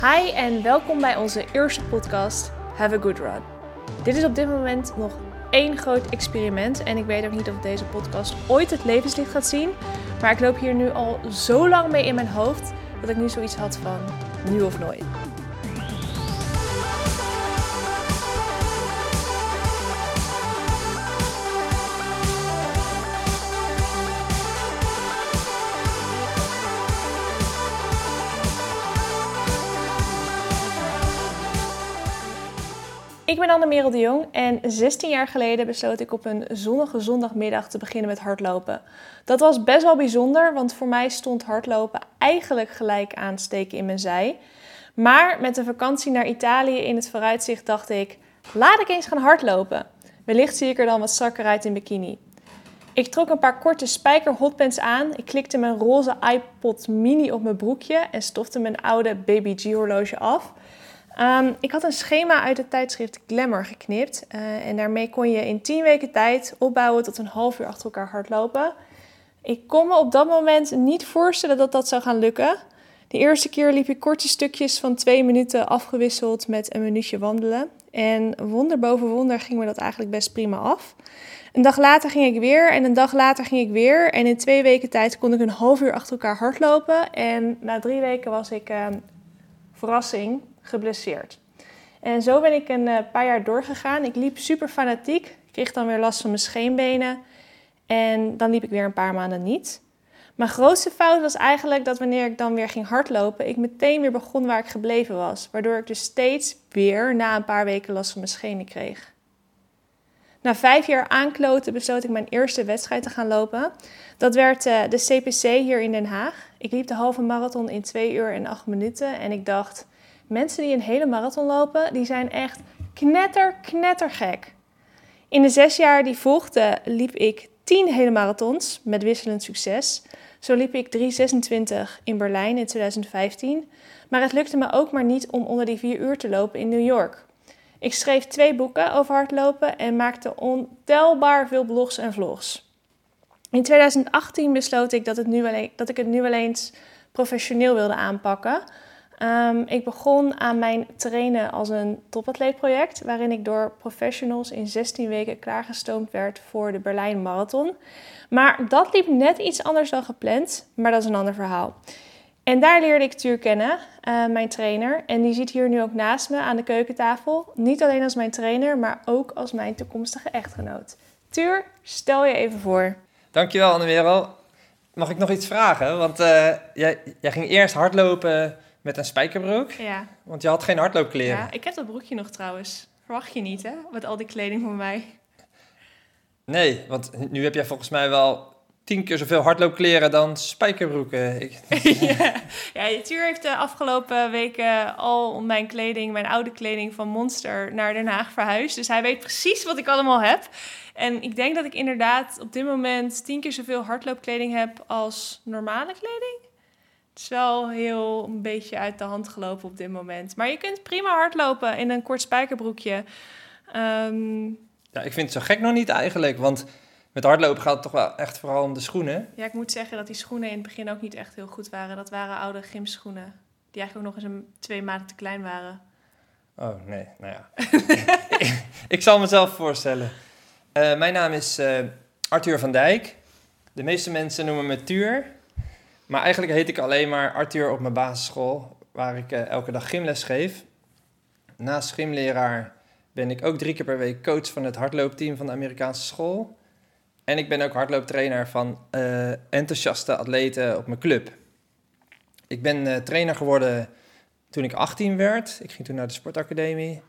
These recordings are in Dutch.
Hi en welkom bij onze eerste podcast Have a Good Run. Dit is op dit moment nog één groot experiment en ik weet ook niet of deze podcast ooit het levenslicht gaat zien. Maar ik loop hier nu al zo lang mee in mijn hoofd dat ik nu zoiets had van nu of nooit. Ik ben Anne-Merel de Jong en 16 jaar geleden besloot ik op een zonnige zondagmiddag te beginnen met hardlopen. Dat was best wel bijzonder, want voor mij stond hardlopen eigenlijk gelijk aan steken in mijn zij. Maar met een vakantie naar Italië in het vooruitzicht dacht ik, laat ik eens gaan hardlopen. Wellicht zie ik er dan wat strakker uit in bikini. Ik trok een paar korte spijker hotpants aan, ik klikte mijn roze iPod mini op mijn broekje en stofte mijn oude Baby G horloge af. Ik had een schema uit het tijdschrift Glamour geknipt en daarmee kon je in 10 weken tijd opbouwen tot een half uur achter elkaar hardlopen. Ik kon me op dat moment niet voorstellen dat dat zou gaan lukken. De eerste keer liep ik korte stukjes van 2 minuten afgewisseld met een minuutje wandelen. En wonder boven wonder ging me dat eigenlijk best prima af. Een dag later ging ik weer en een dag later ging ik weer. En in 2 weken tijd kon ik een half uur achter elkaar hardlopen. En na 3 weken was ik, verrassing, geblesseerd. En zo ben ik een paar jaar doorgegaan. Ik liep super fanatiek. Ik kreeg dan weer last van mijn scheenbenen. En dan liep ik weer een paar maanden niet. Mijn grootste fout was eigenlijk dat wanneer ik dan weer ging hardlopen, ik meteen weer begon waar ik gebleven was. Waardoor ik dus steeds weer na een paar weken last van mijn schenen kreeg. Na 5 jaar aankloten besloot ik mijn eerste wedstrijd te gaan lopen. Dat werd de CPC hier in Den Haag. Ik liep de halve marathon in 2 uur en 8 minuten. En ik dacht, mensen die een hele marathon lopen, die zijn echt knettergek. In de 6 jaar die volgden liep ik 10 hele marathons met wisselend succes. Zo liep ik 3:26 in Berlijn in 2015. Maar het lukte me ook maar niet om onder die 4 uur te lopen in New York. Ik schreef 2 boeken over hardlopen en maakte ontelbaar veel blogs en vlogs. In 2018 besloot ik dat ik het nu wel eens professioneel wilde aanpakken. Ik begon aan mijn trainen als een topatleetproject, waarin ik door professionals in 16 weken klaargestoomd werd voor de Berlijn Marathon. Maar dat liep net iets anders dan gepland, maar dat is een ander verhaal. En daar leerde ik Tuur kennen, mijn trainer. En die zit hier nu ook naast me aan de keukentafel. Niet alleen als mijn trainer, maar ook als mijn toekomstige echtgenoot. Tuur, stel je even voor. Dankjewel Anne-Merel. Mag ik nog iets vragen? Want jij ging eerst hardlopen met een spijkerbroek. Ja. Want je had geen hardloopkleren. Ja, ik heb dat broekje nog trouwens. Verwacht je niet, hè? Met al die kleding van mij. Nee, want nu heb jij volgens mij wel 10 keer zoveel hardloopkleren dan spijkerbroeken. Ja, Tuur heeft de afgelopen weken al mijn oude kleding van Monster naar Den Haag verhuisd. Dus hij weet precies wat ik allemaal heb. En ik denk dat ik inderdaad op dit moment 10 keer zoveel hardloopkleding heb als normale kleding. Het is wel heel een beetje uit de hand gelopen op dit moment. Maar je kunt prima hardlopen in een kort spijkerbroekje. Ja, ik vind het zo gek nog niet eigenlijk, want met hardlopen gaat het toch wel echt vooral om de schoenen. Ja, ik moet zeggen dat die schoenen in het begin ook niet echt heel goed waren. Dat waren oude gymschoenen, die eigenlijk ook nog eens 2 maten te klein waren. Oh, nee, nou ja. Ik zal mezelf voorstellen. Mijn naam is Arthur van Dijk. De meeste mensen noemen me Tuur. Maar eigenlijk heet ik alleen maar Arthur op mijn basisschool, waar ik elke dag gymles geef. Naast gymleraar ben ik ook 3 keer per week coach van het hardloopteam van de Amerikaanse school. En ik ben ook hardlooptrainer van enthousiaste atleten op mijn club. Ik ben trainer geworden toen ik 18 werd. Ik ging toen naar de sportacademie.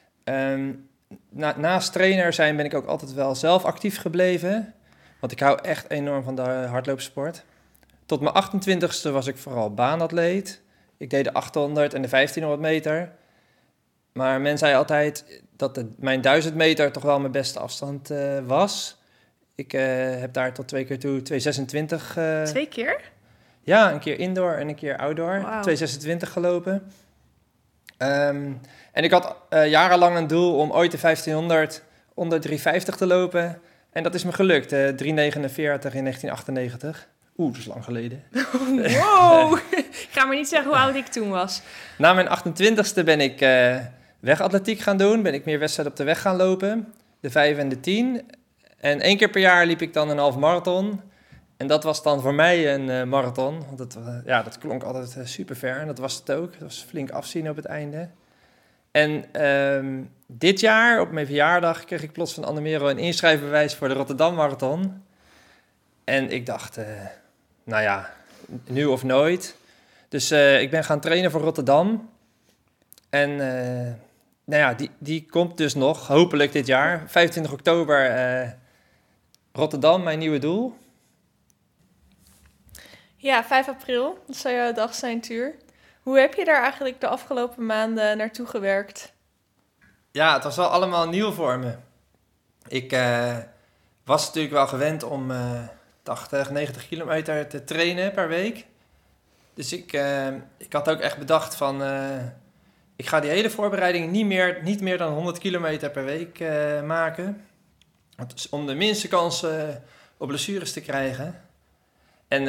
Naast trainer zijn ben ik ook altijd wel zelf actief gebleven. Want ik hou echt enorm van de hardloopsport. Tot mijn 28ste was ik vooral baanatleet. Ik deed de 800 en de 1500 meter. Maar men zei altijd dat mijn 1000 meter toch wel mijn beste afstand was. Ik heb daar tot 2 keer toe 2:26... 2 keer? Ja, een keer indoor en een keer outdoor. Wow. 2:26 gelopen. En ik had jarenlang een doel om ooit de 1500 onder 3:50 te lopen. En dat is me gelukt, 3:49 in 1998. Dat is lang geleden. Wow! Ik ga maar niet zeggen hoe oud ik toen was. Na mijn 28ste ben ik wegatletiek gaan doen. Ben ik meer wedstrijden op de weg gaan lopen. De 5 en de 10. En 1 keer per jaar liep ik dan een half marathon. En dat was dan voor mij een marathon. Want dat klonk altijd super ver. En dat was het ook. Het was flink afzien op het einde. En dit jaar, op mijn verjaardag, kreeg ik plots van Annemero een inschrijfbewijs voor de Rotterdam Marathon. En ik dacht, nu of nooit. Dus ik ben gaan trainen voor Rotterdam. En die komt dus nog, hopelijk dit jaar. 25 oktober, Rotterdam, mijn nieuwe doel. Ja, 5 april. Dat zou jouw dag zijn, Tuur. Hoe heb je daar eigenlijk de afgelopen maanden naartoe gewerkt? Ja, het was wel allemaal nieuw voor me. Ik was natuurlijk wel gewend om 80, 90 kilometer te trainen per week. Dus ik had ook echt bedacht van... ik ga die hele voorbereiding niet meer dan 100 kilometer per week maken. Om de minste kans op blessures te krijgen. En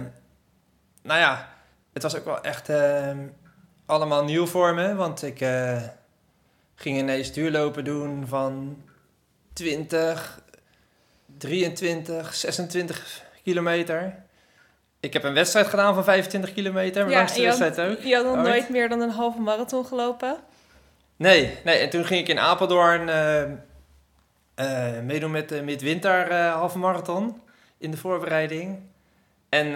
het was ook wel echt allemaal nieuw voor me. Want ik ging ineens duurlopen doen van 20, 23, 26 kilometer. Ik heb een wedstrijd gedaan van 25 kimeter, mijn langste wedstrijd ook. Je had nog nooit meer dan een halve marathon gelopen? Nee. En toen ging ik in Apeldoorn meedoen met de midwinter halve marathon in de voorbereiding. En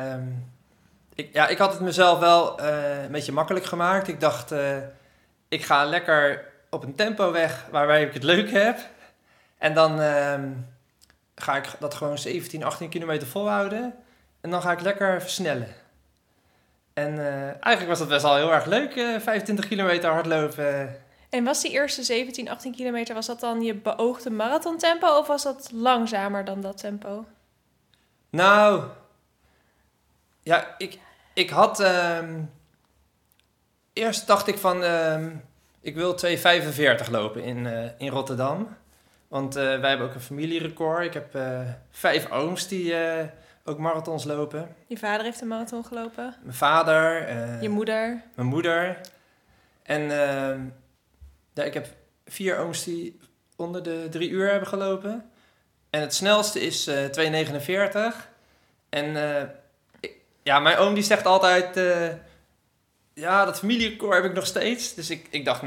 ik had het mezelf wel een beetje makkelijk gemaakt. Ik dacht, ik ga lekker op een tempo weg waarbij ik het leuk heb. En dan ga ik dat gewoon 17, 18 kilometer volhouden. En dan ga ik lekker versnellen. En eigenlijk was dat best wel heel erg leuk, 25 kilometer hardlopen. En was die eerste 17, 18 kilometer, was dat dan je beoogde marathontempo of was dat langzamer dan dat tempo? Nou, ja, ik had... eerst dacht ik van, ik wil 2:45 lopen in Rotterdam. Want wij hebben ook een familierecord. Ik heb 5 ooms die ook marathons lopen. Je vader heeft een marathon gelopen? Mijn vader. Je moeder? Mijn moeder. En ik heb 4 ooms die onder de 3 uur hebben gelopen. En het snelste is 2:49. En mijn oom die zegt altijd... dat familierecord heb ik nog steeds. Dus ik dacht,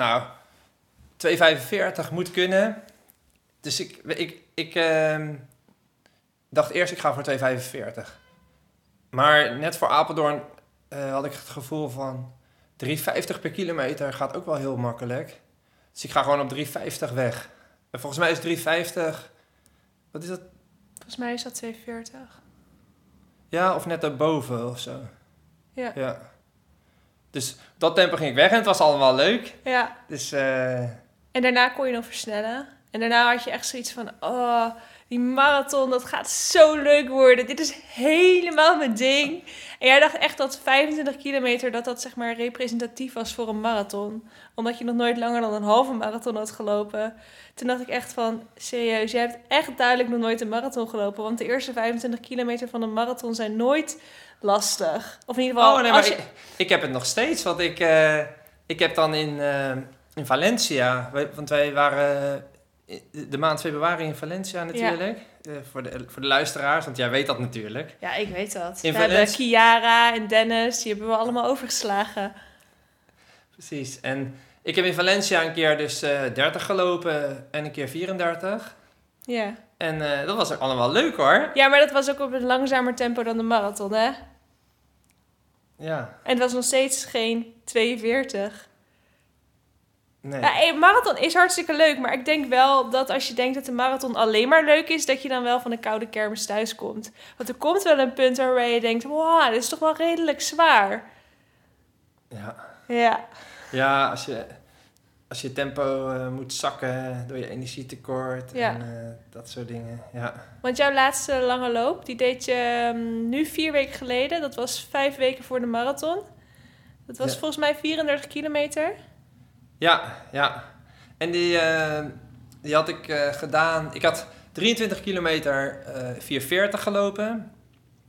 2:45 moet kunnen. Dus ik dacht eerst, ik ga voor 2:45. Maar net voor Apeldoorn had ik het gevoel van... 3,50 per kilometer gaat ook wel heel makkelijk. Dus ik ga gewoon op 3,50 weg. En volgens mij is 3,50... Wat is dat? Volgens mij is dat 2,40. Ja, of net daarboven of zo. Ja. Dus op dat tempo ging ik weg en het was allemaal leuk. Ja. Dus, en daarna kon je nog versnellen. En daarna had je echt zoiets van... Oh, die marathon, dat gaat zo leuk worden. Dit is helemaal mijn ding. En jij dacht echt dat 25 kilometer... dat zeg maar representatief was voor een marathon. Omdat je nog nooit langer dan een halve marathon had gelopen. Toen dacht ik echt van... Serieus, jij hebt echt duidelijk nog nooit een marathon gelopen. Want de eerste 25 kilometer van een marathon zijn nooit lastig. Of in ieder geval... maar ik heb het nog steeds. Want ik heb dan in Valencia... Want wij waren... de maand februari in Valencia natuurlijk. Ja. Voor de luisteraars, want jij weet dat natuurlijk. Ja, ik weet dat. We hebben Chiara en Dennis, die hebben we allemaal overgeslagen. Precies. En ik heb in Valencia een keer dus 30 gelopen en een keer 34. Ja. En dat was ook allemaal leuk hoor. Ja, maar dat was ook op een langzamer tempo dan de marathon, hè? Ja. En het was nog steeds geen 42. Nee. Ja, een marathon is hartstikke leuk, maar ik denk wel dat als je denkt dat de marathon alleen maar leuk is, dat je dan wel van de koude kermis thuis komt. Want er komt wel een punt waarbij je denkt, wow, dit is toch wel redelijk zwaar. Ja. Ja. Ja, als je tempo moet zakken door je energietekort en dat soort dingen, ja. Want jouw laatste lange loop, die deed je nu 4 weken geleden. Dat was 5 weken voor de marathon. Dat was volgens mij 34 kilometer. Ja. En die had ik gedaan. Ik had 23 kilometer 4:40 gelopen.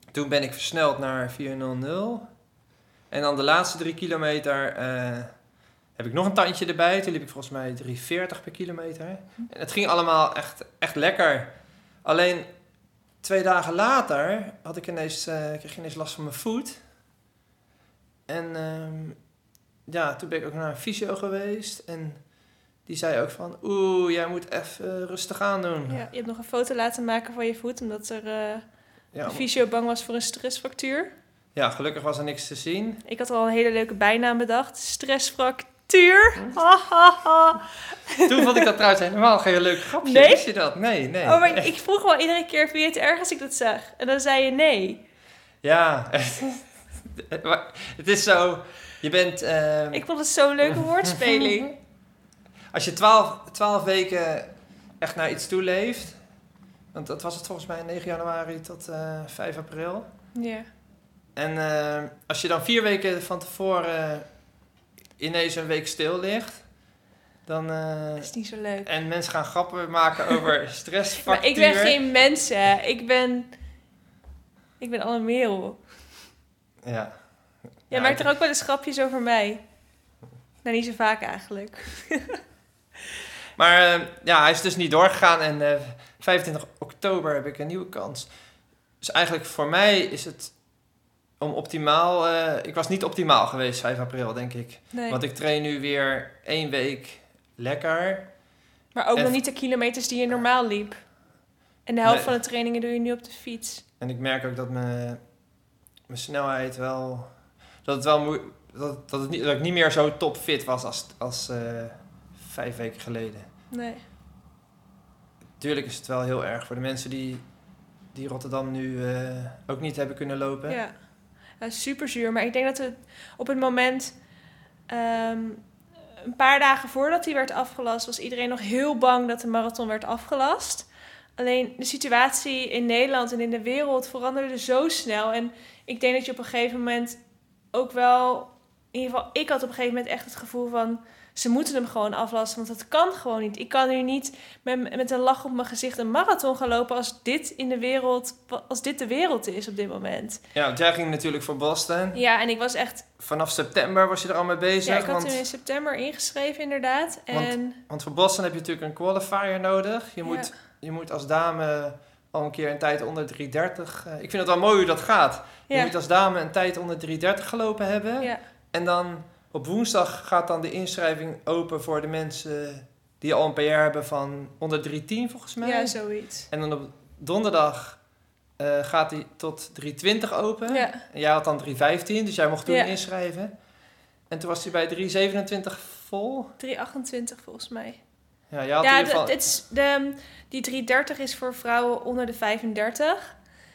Toen ben ik versneld naar 4:00. En dan de laatste 3 kilometer heb ik nog een tandje erbij. Toen liep ik volgens mij 3:40 per kilometer. En het ging allemaal echt lekker. Alleen 2 dagen later kreeg ik ineens last van mijn voet. En toen ben ik ook naar een fysio geweest. En die zei ook van, jij moet even rustig aan doen. Ja, je hebt nog een foto laten maken van je voet, omdat er de fysio bang was voor een stressfractuur. Ja, gelukkig was er niks te zien. Ik had al een hele leuke bijnaam bedacht. Stressfractuur. Toen vond ik dat trouwens helemaal geen leuk grapje. Nee? Wist je dat? Nee. Oh, maar ik vroeg wel iedere keer, vind je het erg als ik dat zag? En dan zei je nee. Ja, het is zo, je bent... Ik vond het zo'n leuke woordspeling. Als je 12 weken echt naar iets toe leeft, want dat was het volgens mij 9 januari tot 5 april. Ja. En als je dan 4 weken van tevoren ineens een week stil ligt, dan... Dat is niet zo leuk. En mensen gaan grappen maken over stressfactuur. Maar ik ben geen mens, hè. Ik ben Anne Merel. Ja. Jij maakt er ook wel eens grapjes over mij. Nou, niet zo vaak eigenlijk. Maar hij is dus niet doorgegaan en 25 oktober heb ik een nieuwe kans. Dus eigenlijk voor mij is het om optimaal... ik was niet optimaal geweest 5 april, denk ik. Nee. Want ik train nu weer 1 week lekker. Maar ook nog niet de kilometers die je normaal liep. En de helft van de trainingen doe je nu op de fiets. En ik merk ook dat mijn snelheid wel... Dat ik niet meer zo topfit was als 5 weken geleden. Nee. Tuurlijk is het wel heel erg voor de mensen die Rotterdam nu ook niet hebben kunnen lopen. Ja, super zuur. Maar ik denk dat we op het moment... een paar dagen voordat hij werd afgelast... was iedereen nog heel bang dat de marathon werd afgelast. Alleen de situatie in Nederland en in de wereld veranderde zo snel. En ik denk dat je op een gegeven moment ook wel... In ieder geval, ik had op een gegeven moment echt het gevoel van... Ze moeten hem gewoon aflasten, want dat kan gewoon niet. Ik kan nu niet met een lach op mijn gezicht een marathon gaan lopen... als dit de wereld is op dit moment. Ja, want jij ging natuurlijk voor Boston. Ja, en ik was echt... Vanaf september was je er al mee bezig. Ja, ik had toen in september ingeschreven inderdaad. Want voor Boston heb je natuurlijk een qualifier nodig. Je moet als dame al een keer een tijd onder 3:30... ik vind het wel mooi hoe dat gaat. Ja. Je moet als dame een tijd onder 3:30 gelopen hebben. Ja. En dan op woensdag gaat dan de inschrijving open voor de mensen die al een PR hebben van onder 3:10 volgens mij. Ja, zoiets. En dan op donderdag gaat die tot 3:20 open. Ja. En jij had dan 3:15, dus jij mocht toen inschrijven. En toen was hij bij 3:27 vol. 3:28 volgens mij. Ja, jij had in ieder geval... Die 3:30 is voor vrouwen onder de 35.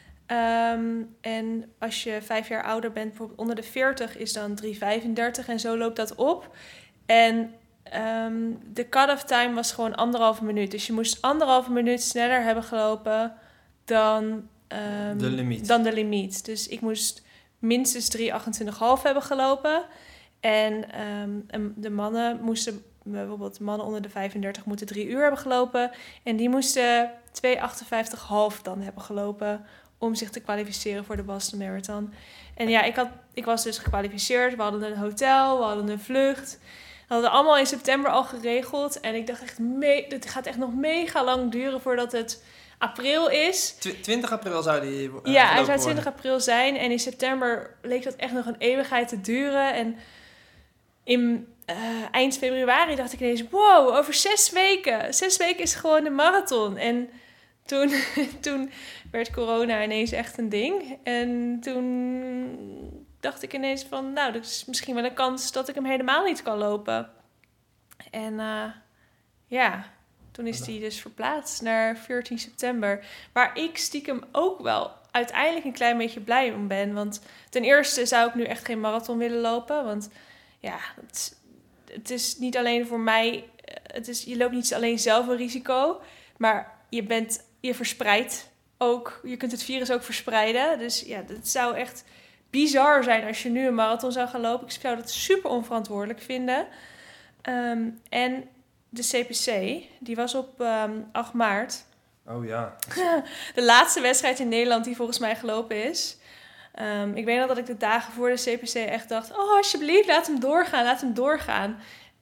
En als je 5 jaar ouder bent, bijvoorbeeld onder de 40, is dan 3:35 en zo loopt dat op. En de cut-off time was gewoon 1,5 minuut. Dus je moest 1,5 minuut sneller hebben gelopen dan de limiet. Dus ik moest minstens 3:28,5 hebben gelopen. En de mannen moesten, bijvoorbeeld mannen onder de 35 moeten 3 uur hebben gelopen. En die moesten 2:58,5 dan hebben gelopen om zich te kwalificeren voor de Boston Marathon. En ja, ik was dus gekwalificeerd. We hadden een hotel, we hadden een vlucht. Dat hadden we allemaal in september al geregeld. En ik dacht echt, dit gaat echt nog mega lang duren voordat het april is. 20 april zou die ja, hij zou 20 april zijn. En in september leek dat echt nog een eeuwigheid te duren. En in eind februari dacht ik ineens, wow, over 6 weken. 6 weken is gewoon een marathon. En toen werd corona ineens echt een ding. En toen dacht ik ineens van, nou, er is misschien wel een kans dat ik hem helemaal niet kan lopen. En toen is die dus verplaatst naar 14 september. Waar ik stiekem ook wel uiteindelijk een klein beetje blij om ben. Want ten eerste zou ik nu echt geen marathon willen lopen. Want ja, het is niet alleen voor mij... je loopt niet alleen zelf een risico, maar je verspreidt ook. Je kunt het virus ook verspreiden. Dus ja, het zou echt bizar zijn als je nu een marathon zou gaan lopen. Ik zou dat super onverantwoordelijk vinden. En de CPC, die was op 8 maart. Oh ja. De laatste wedstrijd in Nederland die volgens mij gelopen is. Ik weet nog dat ik de dagen voor de CPC echt dacht... oh, alsjeblieft, laat hem doorgaan.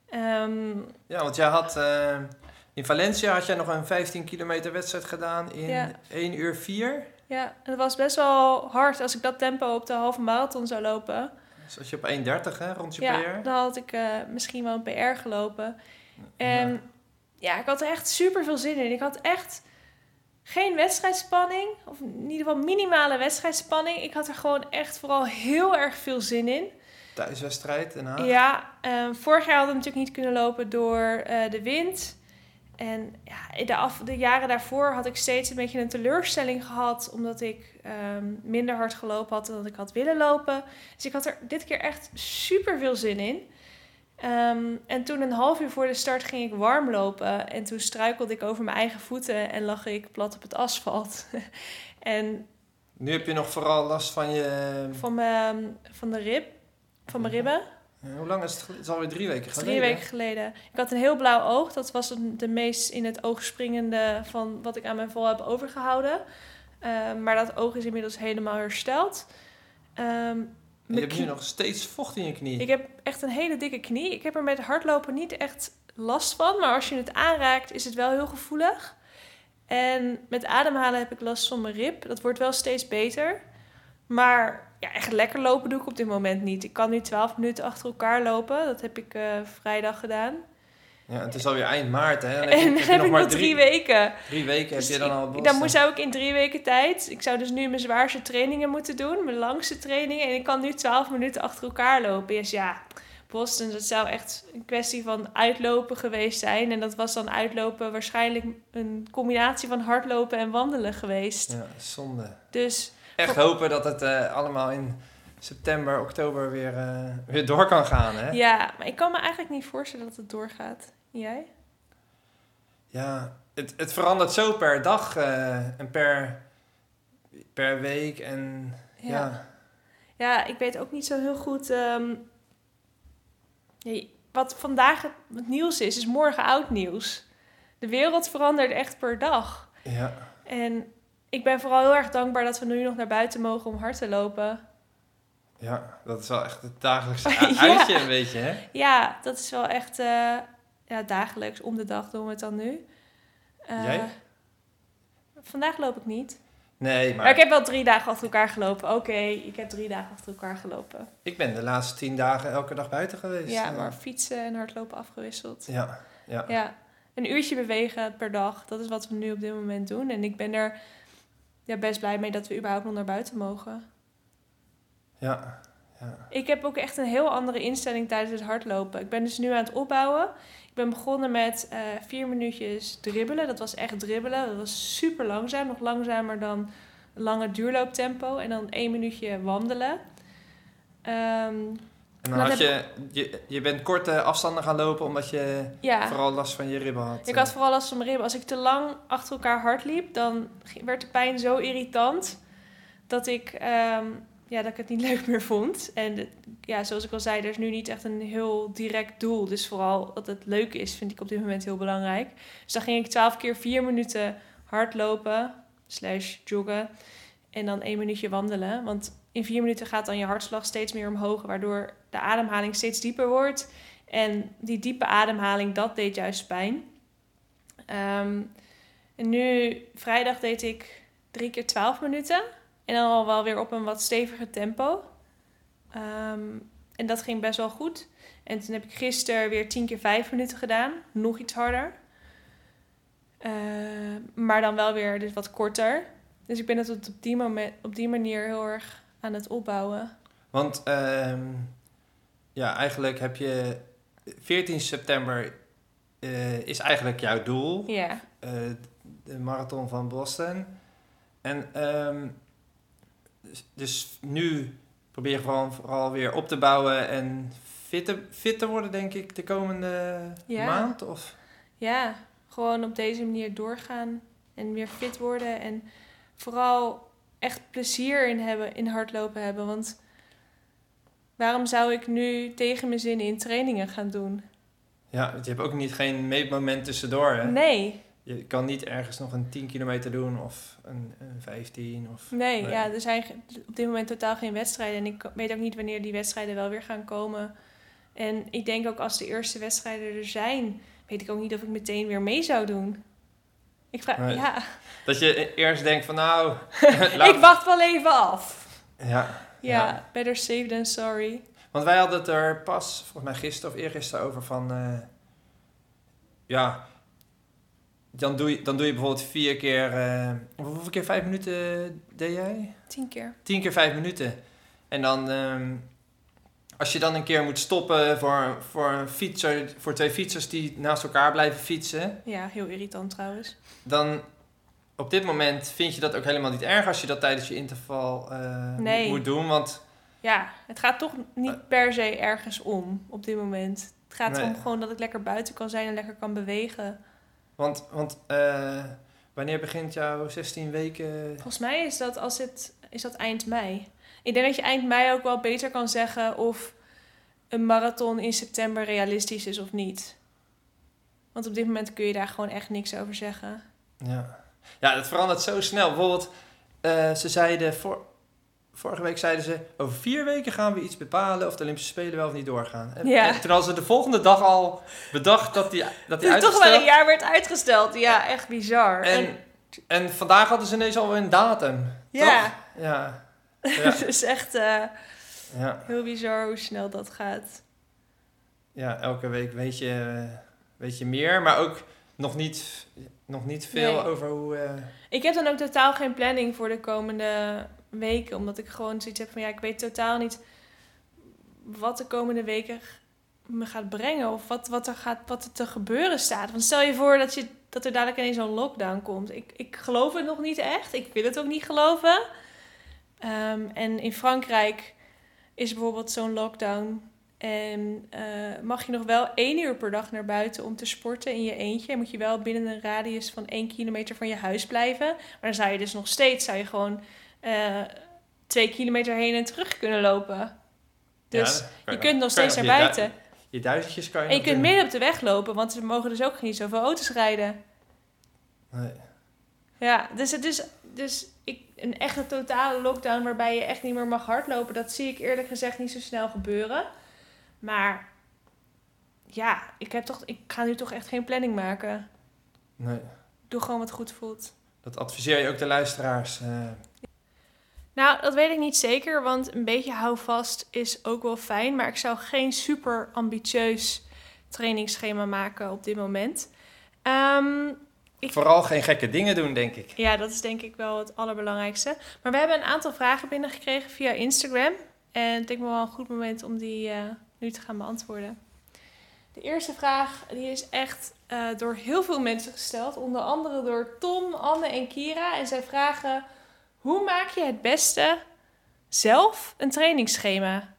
Ja, want jij had... in Valencia had jij nog een 15 kilometer wedstrijd gedaan in 1 uur 4. Ja, en het was best wel hard als ik dat tempo op de halve marathon zou lopen. Dus als je op 1:30, hè, rond je PR? Ja, dan had ik misschien wel een PR gelopen. En ja, ik had er echt super veel zin in. Ik had echt geen wedstrijdspanning, of in ieder geval minimale wedstrijdspanning. Ik had er gewoon echt vooral heel erg veel zin in. Thuiswedstrijd Den Haag? Ja, vorig jaar hadden we natuurlijk niet kunnen lopen door de wind. En ja, de jaren daarvoor had ik steeds een beetje een teleurstelling gehad, omdat ik minder hard gelopen had dan ik had willen lopen. Dus ik had er dit keer echt super veel zin in. En toen een half uur voor de start ging ik warm lopen. En toen struikelde ik over mijn eigen voeten en lag ik plat op het asfalt. En nu heb je nog vooral last van je... Van mijn ribben. Hoe lang is het? Het is alweer 3 weken geleden. 3 weken geleden. Ik had een heel blauw oog. Dat was de meest in het oog springende van wat ik aan mijn vol heb overgehouden. Maar dat oog is inmiddels helemaal hersteld. Je hebt nu nog steeds vocht in je knie. Ik heb echt een hele dikke knie. Ik heb er met hardlopen niet echt last van. Maar als je het aanraakt is het wel heel gevoelig. En met ademhalen heb ik last van mijn rib. Dat wordt wel steeds beter. Maar ja, echt lekker lopen doe ik op dit moment niet. Ik kan nu 12 minuten achter elkaar lopen. Dat heb ik vrijdag gedaan. Ja, het is alweer eind maart, hè? En dan heb ik nog 3 weken. 3 weken heb je dan al Boston. Dan zou ik in 3 weken tijd... Ik zou dus nu mijn zwaarste trainingen moeten doen. Mijn langste trainingen. En ik kan nu 12 minuten achter elkaar lopen. Dus ja, Boston, dat zou echt een kwestie van uitlopen geweest zijn. En dat was dan uitlopen waarschijnlijk een combinatie van hardlopen en wandelen geweest. Ja, zonde. Dus... Echt hopen dat het allemaal in september, oktober weer door kan gaan, hè? Ja, maar ik kan me eigenlijk niet voorstellen dat het doorgaat. Jij? Ja, het verandert zo per dag en per week en ja. Ja, ik weet ook niet zo heel goed... wat vandaag het nieuws is morgen oud nieuws. De wereld verandert echt per dag. Ja. En ik ben vooral heel erg dankbaar dat we nu nog naar buiten mogen om hard te lopen. Ja, dat is wel echt het dagelijkse uitje een beetje, hè? Ja, dat is wel echt dagelijks. Om de dag doen we het dan nu. Jij? Vandaag loop ik niet. Nee, maar ik heb wel 3 dagen achter elkaar gelopen. Oké, ik heb 3 dagen achter elkaar gelopen. Ik ben de laatste 10 dagen elke dag buiten geweest. Ja, maar fietsen en hardlopen afgewisseld. Ja. Een uurtje bewegen per dag. Dat is wat we nu op dit moment doen. En ik ben er best blij mee dat we überhaupt nog naar buiten mogen. Ja. Ik heb ook echt een heel andere instelling tijdens het hardlopen. Ik ben dus nu aan het opbouwen. Ik ben begonnen met 4 minuutjes dribbelen. Dat was echt dribbelen. Dat was super langzaam. Nog langzamer dan lange duurlooptempo. En dan 1 minuutje wandelen. En dan had je bent korte afstanden gaan lopen omdat je vooral last van je ribben had. Ik had vooral last van mijn ribben. Als ik te lang achter elkaar hard liep, dan werd de pijn zo irritant dat ik het niet leuk meer vond. En zoals ik al zei, er is nu niet echt een heel direct doel. Dus vooral dat het leuk is, vind ik op dit moment heel belangrijk. Dus dan ging ik 12 keer 4 minuten hardlopen / joggen en dan 1 minuutje wandelen. Want in 4 minuten gaat dan je hartslag steeds meer omhoog, waardoor de ademhaling steeds dieper wordt. En die diepe ademhaling, dat deed juist pijn. En nu, vrijdag deed ik 3 keer 12 minuten. En dan al wel weer op een wat steviger tempo. En dat ging best wel goed. En toen heb ik gisteren weer 10 keer 5 minuten gedaan. Nog iets harder. Maar dan wel weer dus wat korter. Dus ik ben het op die manier heel erg aan het opbouwen. Want eigenlijk heb je 14 september is eigenlijk jouw doel. Ja. De marathon van Boston. En dus nu probeer je vooral weer op te bouwen en fit te worden, denk ik, de komende maand? Of? Ja, gewoon op deze manier doorgaan en weer fit worden. En vooral echt plezier in hardlopen hebben. Want waarom zou ik nu tegen mijn zin in trainingen gaan doen? Ja, want je hebt ook geen meetmoment tussendoor, hè? Nee. Je kan niet ergens nog een 10 kilometer doen of een 15. Of, Nee, ja, er zijn op dit moment totaal geen wedstrijden. En ik weet ook niet wanneer die wedstrijden wel weer gaan komen. En ik denk ook als de eerste wedstrijden er zijn, weet ik ook niet of ik meteen weer mee zou doen. Ik vraag, Nee. ja. Dat je eerst denkt van nou... Ik wacht wel even af. Ja. Better safe than sorry. Want wij hadden het er pas, volgens mij gisteren of eergisteren over van... Dan doe je bijvoorbeeld 4 keer... hoeveel keer 5 minuten deed jij? 10 keer. 10 keer 5 minuten. En dan... als je dan een keer moet stoppen voor 2 fietsers die naast elkaar blijven fietsen... Ja, heel irritant trouwens. Dan op dit moment vind je dat ook helemaal niet erg als je dat tijdens je interval moet doen. Want ja, het gaat toch niet per se ergens om op dit moment. Het gaat om gewoon dat ik lekker buiten kan zijn en lekker kan bewegen. Want wanneer begint jouw 16 weken? Volgens mij is dat eind mei. Ik denk dat je eind mei ook wel beter kan zeggen of een marathon in september realistisch is of niet. Want op dit moment kun je daar gewoon echt niks over zeggen. Ja, dat verandert zo snel. Bijvoorbeeld, ze zeiden vorige week zeiden ze... over 4 weken gaan we iets bepalen of de Olympische Spelen wel of niet doorgaan. En terwijl ze de volgende dag al bedacht dat die uitgesteld... toch wel een jaar werd uitgesteld. Ja, echt bizar. En vandaag hadden ze ineens al een datum. Ja. Toch? Ja. Het is echt heel bizar hoe snel dat gaat. Ja, elke week weet je meer, maar ook nog niet veel over hoe... Ik heb dan ook totaal geen planning voor de komende weken. Omdat ik gewoon zoiets heb van... ja, ik weet totaal niet wat de komende weken me gaat brengen. Of wat er te gebeuren staat. Want stel je voor dat er dadelijk ineens zo'n lockdown komt. Ik geloof het nog niet echt. Ik wil het ook niet geloven. En in Frankrijk is bijvoorbeeld zo'n lockdown... En mag je nog wel 1 uur per dag naar buiten om te sporten in je eentje. En moet je wel binnen een radius van 1 kilometer van je huis blijven. Maar dan zou je dus nog steeds gewoon 2 kilometer heen en terug kunnen lopen. Dus je kunt nog steeds naar buiten. Je duizendjes kan je en je kunt midden op de weg lopen, want er mogen dus ook niet zoveel auto's rijden. Nee. Ja, dus een echte totale lockdown waarbij je echt niet meer mag hardlopen, dat zie ik eerlijk gezegd niet zo snel gebeuren. Maar ja, ik ga nu toch echt geen planning maken. Nee. Doe gewoon wat goed voelt. Dat adviseer je ook de luisteraars? Nou, dat weet ik niet zeker, want een beetje houvast is ook wel fijn. Maar ik zou geen super ambitieus trainingsschema maken op dit moment. Vooral geen gekke dingen doen, denk ik. Ja, dat is denk ik wel het allerbelangrijkste. Maar we hebben een aantal vragen binnengekregen via Instagram. En het lijkt me wel een goed moment om die nu te gaan beantwoorden. De eerste vraag die is echt door heel veel mensen gesteld. Onder andere door Tom, Anne en Kira. En zij vragen: hoe maak je het beste zelf een trainingsschema?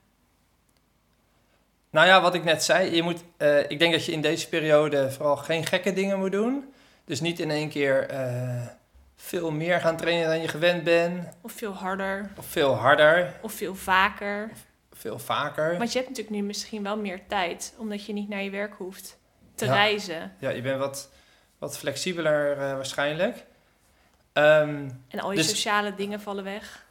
Nou ja, wat ik net zei. Ik denk dat je in deze periode vooral geen gekke dingen moet doen. Dus niet in één keer veel meer gaan trainen dan je gewend bent. Of veel harder. Of veel harder. Of veel vaker. Veel vaker. Want je hebt natuurlijk nu misschien wel meer tijd, omdat je niet naar je werk hoeft te reizen. Ja, je bent wat flexibeler waarschijnlijk. En al je sociale dingen vallen weg.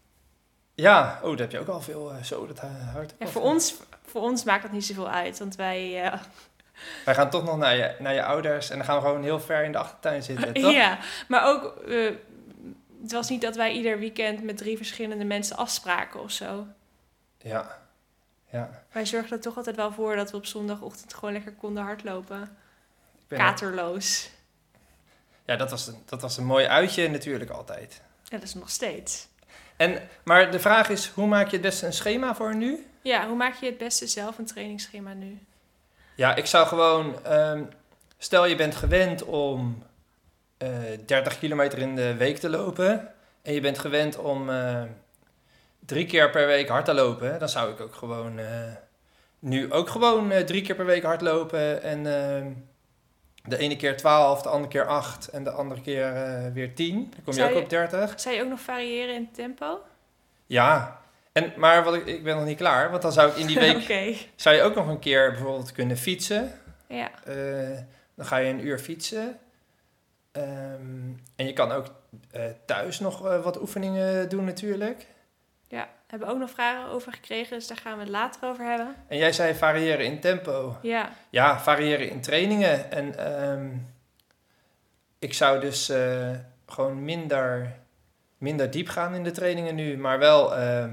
Ja, daar heb je ook al veel dat hard. Ja, voor ons maakt dat niet zoveel uit, want wij gaan toch nog naar je ouders en dan gaan we gewoon heel ver in de achtertuin zitten, toch? Ja, maar ook, het was niet dat wij ieder weekend met 3 verschillende mensen afspraken of zo. Ja. Wij zorgden er toch altijd wel voor dat we op zondagochtend gewoon lekker konden hardlopen. Katerloos. Ja, dat was een mooi uitje natuurlijk altijd. Ja, dat is nog steeds. Maar de vraag is, hoe maak je het beste een schema voor nu? Ja, hoe maak je het beste zelf een trainingsschema nu? Ja, ik zou gewoon... stel je bent gewend om 30 kilometer in de week te lopen. En je bent gewend om 3 keer per week hard te lopen. Dan zou ik ook gewoon... nu ook gewoon 3 keer per week hardlopen. En de ene keer 12, de andere keer 8 en de andere keer weer 10. Dan kom je ook op 30. Zou je ook nog variëren in tempo? Ja, maar ik ben nog niet klaar. Want dan zou ik in die week... Zou je ook nog een keer bijvoorbeeld kunnen fietsen. Ja. Dan ga je 1 uur fietsen. En je kan ook thuis nog wat oefeningen doen natuurlijk. Ja, hebben we ook nog vragen over gekregen, dus daar gaan we het later over hebben. En jij zei variëren in tempo. Ja, Ja, variëren in trainingen. En ik zou dus gewoon minder diep gaan in de trainingen nu. Maar wel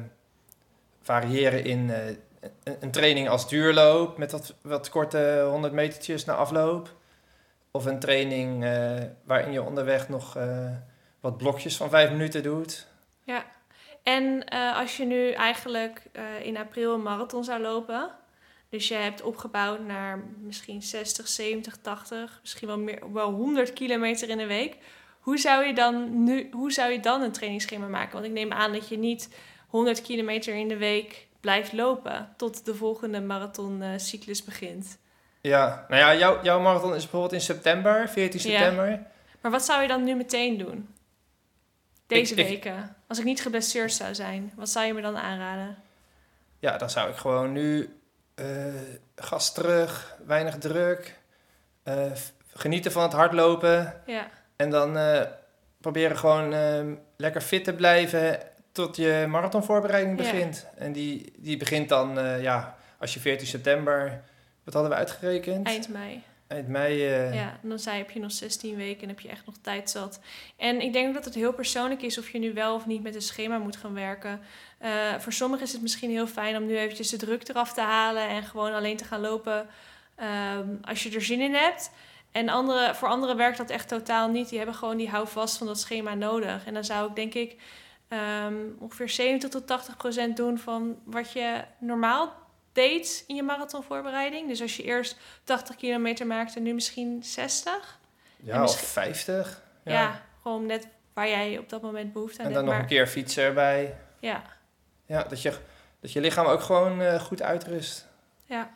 variëren in een training als duurloop met wat korte 100 metertjes na afloop. Of een training waarin je onderweg nog wat blokjes van 5 minuten doet. ja. En als je nu eigenlijk in april een marathon zou lopen, dus je hebt opgebouwd naar misschien 60, 70, 80, misschien wel 100 kilometer in de week. Hoe zou je dan een trainingsschema maken? Want ik neem aan dat je niet 100 kilometer in de week blijft lopen tot de volgende marathoncyclus begint. Ja, nou ja, jouw marathon is bijvoorbeeld in september, 14 september. Ja. Maar wat zou je dan nu meteen doen? Deze weken. Als ik niet geblesseerd zou zijn, wat zou je me dan aanraden? Ja, dan zou ik gewoon nu gas terug, weinig druk, genieten van het hardlopen. Ja. En dan proberen gewoon lekker fit te blijven tot je marathonvoorbereiding begint. En die begint dan, als je 14 september, wat hadden we uitgerekend? Eind mei. Eind mei. Ja, en dan heb je nog 16 weken en heb je echt nog tijd zat. En ik denk ook dat het heel persoonlijk is of je nu wel of niet met een schema moet gaan werken. Voor sommigen is het misschien heel fijn om nu eventjes de druk eraf te halen en gewoon alleen te gaan lopen als je er zin in hebt. En voor anderen werkt dat echt totaal niet. Die hebben gewoon die houvast van dat schema nodig. En dan zou ik denk ik ongeveer 70 tot 80% doen van wat je normaal deed in je marathonvoorbereiding. Dus als je eerst 80 kilometer maakte, nu misschien 60. Ja, of 50. Ja, gewoon net waar jij op dat moment behoefte aan hebt. hebt. En dan nog een keer fietsen erbij. Ja. Ja, dat je lichaam ook gewoon goed uitrust. Ja.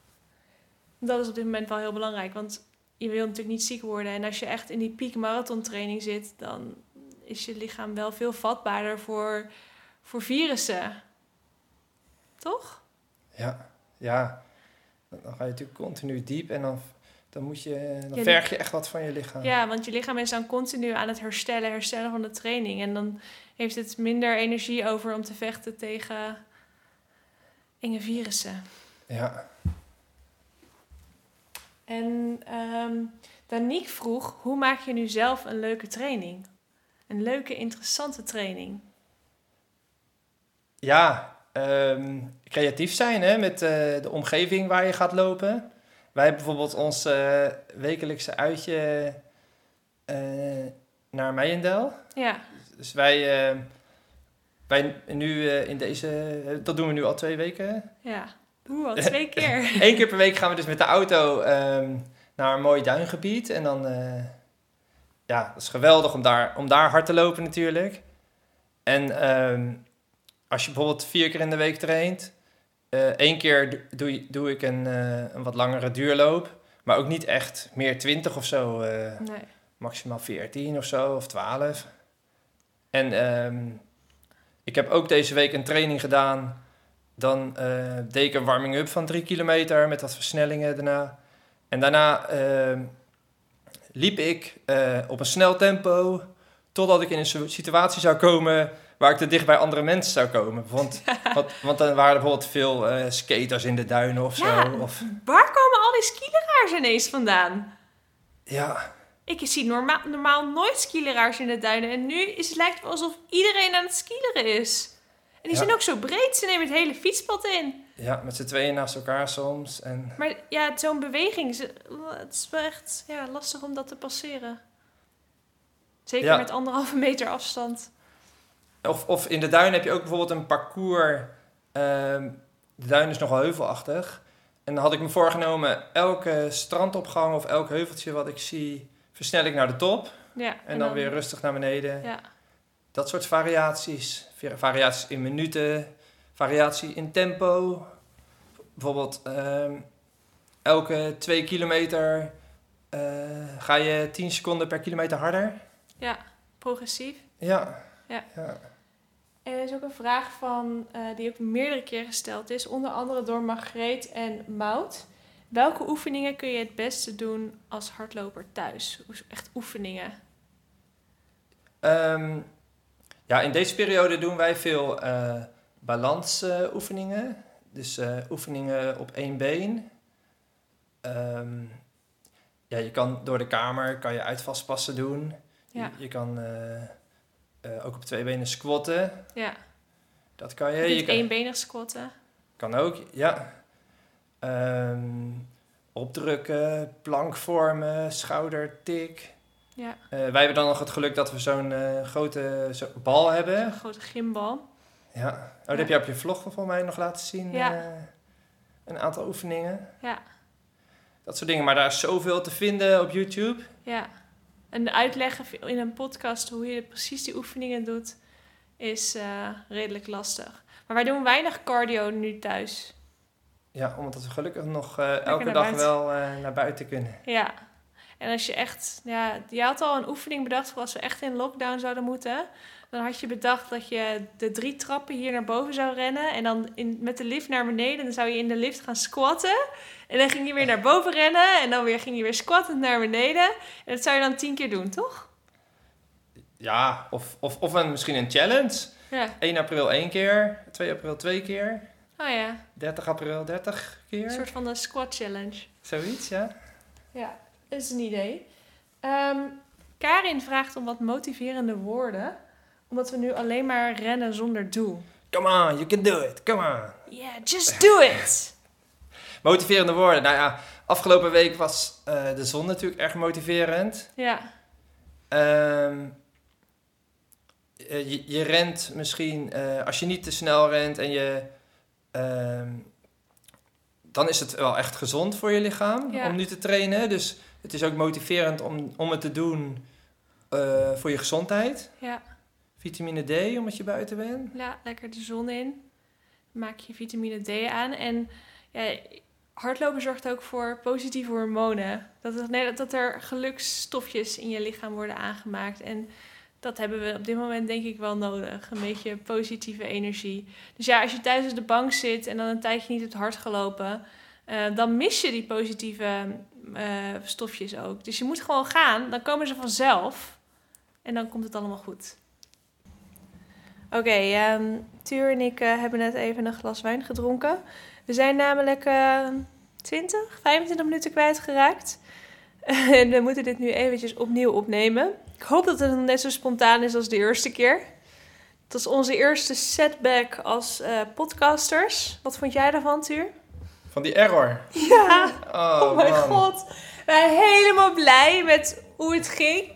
Dat is op dit moment wel heel belangrijk, want je wil natuurlijk niet ziek worden. En als je echt in die piek marathontraining zit, dan is je lichaam wel veel vatbaarder voor virussen. Toch? Ja. Dan ga je natuurlijk continu diep en dan verg je echt wat van je lichaam. Ja, want je lichaam is dan continu aan het herstellen van de training. En dan heeft het minder energie over om te vechten tegen enge virussen. Ja. En Danique vroeg, hoe maak je nu zelf een leuke training? Een leuke, interessante training. Ja, creatief zijn hè, met de omgeving waar je gaat lopen. Wij hebben bijvoorbeeld ons wekelijkse uitje naar Meijendel. Ja. Dus wij nu in dat doen we nu al 2 weken. Ja, al 2 keer. 1 keer per week gaan we dus met de auto naar een mooi duingebied. En dan, dat is geweldig om daar hard te lopen natuurlijk. En als je bijvoorbeeld 4 keer in de week traint, 1 keer doe ik een wat langere duurloop. Maar ook niet echt meer 20 of zo. Nee. Maximaal 14 of zo, of 12. En ik heb ook deze week een training gedaan. Dan deed ik een warming-up van 3 kilometer met wat versnellingen daarna. En daarna liep ik op een snel tempo totdat ik in een situatie zou komen waar ik te dicht bij andere mensen zou komen. Want dan waren er bijvoorbeeld veel skaters in de duinen of zo. Of... Waar komen al die skileraars ineens vandaan? Ja. Ik zie normaal nooit skileraars in de duinen. En nu lijkt het wel alsof iedereen aan het skileren is. En die zijn ook zo breed, ze nemen het hele fietspad in. Ja, met z'n tweeën naast elkaar soms. Maar ja, zo'n beweging, het is wel echt lastig om dat te passeren. Zeker met 1,5 meter afstand. Of in de duin heb je ook bijvoorbeeld een parcours. De duin is nogal heuvelachtig. En dan had ik me voorgenomen, elke strandopgang of elk heuveltje wat ik zie, versnel ik naar de top. Ja, en dan weer rustig naar beneden. Ja. Dat soort variaties. Variaties in minuten. Variatie in tempo. Bijvoorbeeld elke 2 kilometer ga je 10 seconden per kilometer harder. Ja, progressief. Ja. En er is ook een vraag die ook meerdere keren gesteld is. Onder andere door Margreet en Mout. Welke oefeningen kun je het beste doen als hardloper thuis? Echt oefeningen. Ja, in deze periode doen wij veel balansoefeningen. Dus oefeningen op één been. Ja, je kan door de kamer kan je uitvalspassen doen. Ja. Je kan ook op twee benen squatten. Ja. Dat kan je. Je Je kan, eenbenig squatten. kan ook, ja. Opdrukken, plank vormen, schoudertik. Ja. Wij hebben dan nog het geluk dat we zo'n grote bal hebben. Een grote gymbal. Ja. Dat heb je op je vlog volgens mij nog laten zien. Ja. Een aantal oefeningen. Ja. Dat soort dingen. Maar daar is zoveel te vinden op YouTube. Ja. En uitleggen in een podcast hoe je precies die oefeningen doet, is redelijk lastig. Maar wij doen weinig cardio nu thuis. Ja, omdat we gelukkig nog naar elke dag buiten. wel naar buiten kunnen. Ja. En als je echt... Ja, je had al een oefening bedacht voor als we echt in lockdown zouden moeten. Dan had je bedacht dat je de 3 trappen hier naar boven zou rennen. En dan met de lift naar beneden. Dan zou je in de lift gaan squatten. En dan ging je weer naar boven rennen. En dan ging je weer squattend naar beneden. En dat zou je dan 10 keer doen, toch? Ja, of misschien een challenge. Ja. 1 april 1 keer, 2 april 2 keer, Oh ja, 30 april 30 keer. een soort van de squat challenge. Zoiets, ja. Ja, dat is een idee. Karin vraagt om wat motiverende woorden. Omdat we nu alleen maar rennen zonder doel. Come on, you can do it, come on. Yeah, just do it! Motiverende woorden. Nou ja, afgelopen week was de zon natuurlijk erg motiverend. Ja, Je rent misschien, als je niet te snel rent en dan is het wel echt gezond voor je lichaam om nu te trainen. Dus het is ook motiverend om het te doen voor je gezondheid. ja. Vitamine D, omdat je buiten bent. Ja, lekker de zon in. Maak je vitamine D aan. En ja, hardlopen zorgt ook voor positieve hormonen. Dat er geluksstofjes in je lichaam worden aangemaakt. En dat hebben we op dit moment denk ik wel nodig. Een beetje positieve energie. Dus ja, als je thuis op de bank zit en dan een tijdje niet hebt hard gelopen, dan mis je die positieve stofjes ook. Dus je moet gewoon gaan. Dan komen ze vanzelf. En dan komt het allemaal goed. Oké, Tuur en ik hebben net even een glas wijn gedronken. We zijn namelijk 25 minuten kwijtgeraakt. En we moeten dit nu eventjes opnieuw opnemen. Ik hoop dat het nog net zo spontaan is als de eerste keer. Het was onze eerste setback als podcasters. Wat vond jij daarvan, Tuur? Van die error. Ja, oh mijn man. god. Wij zijn helemaal blij met hoe het ging.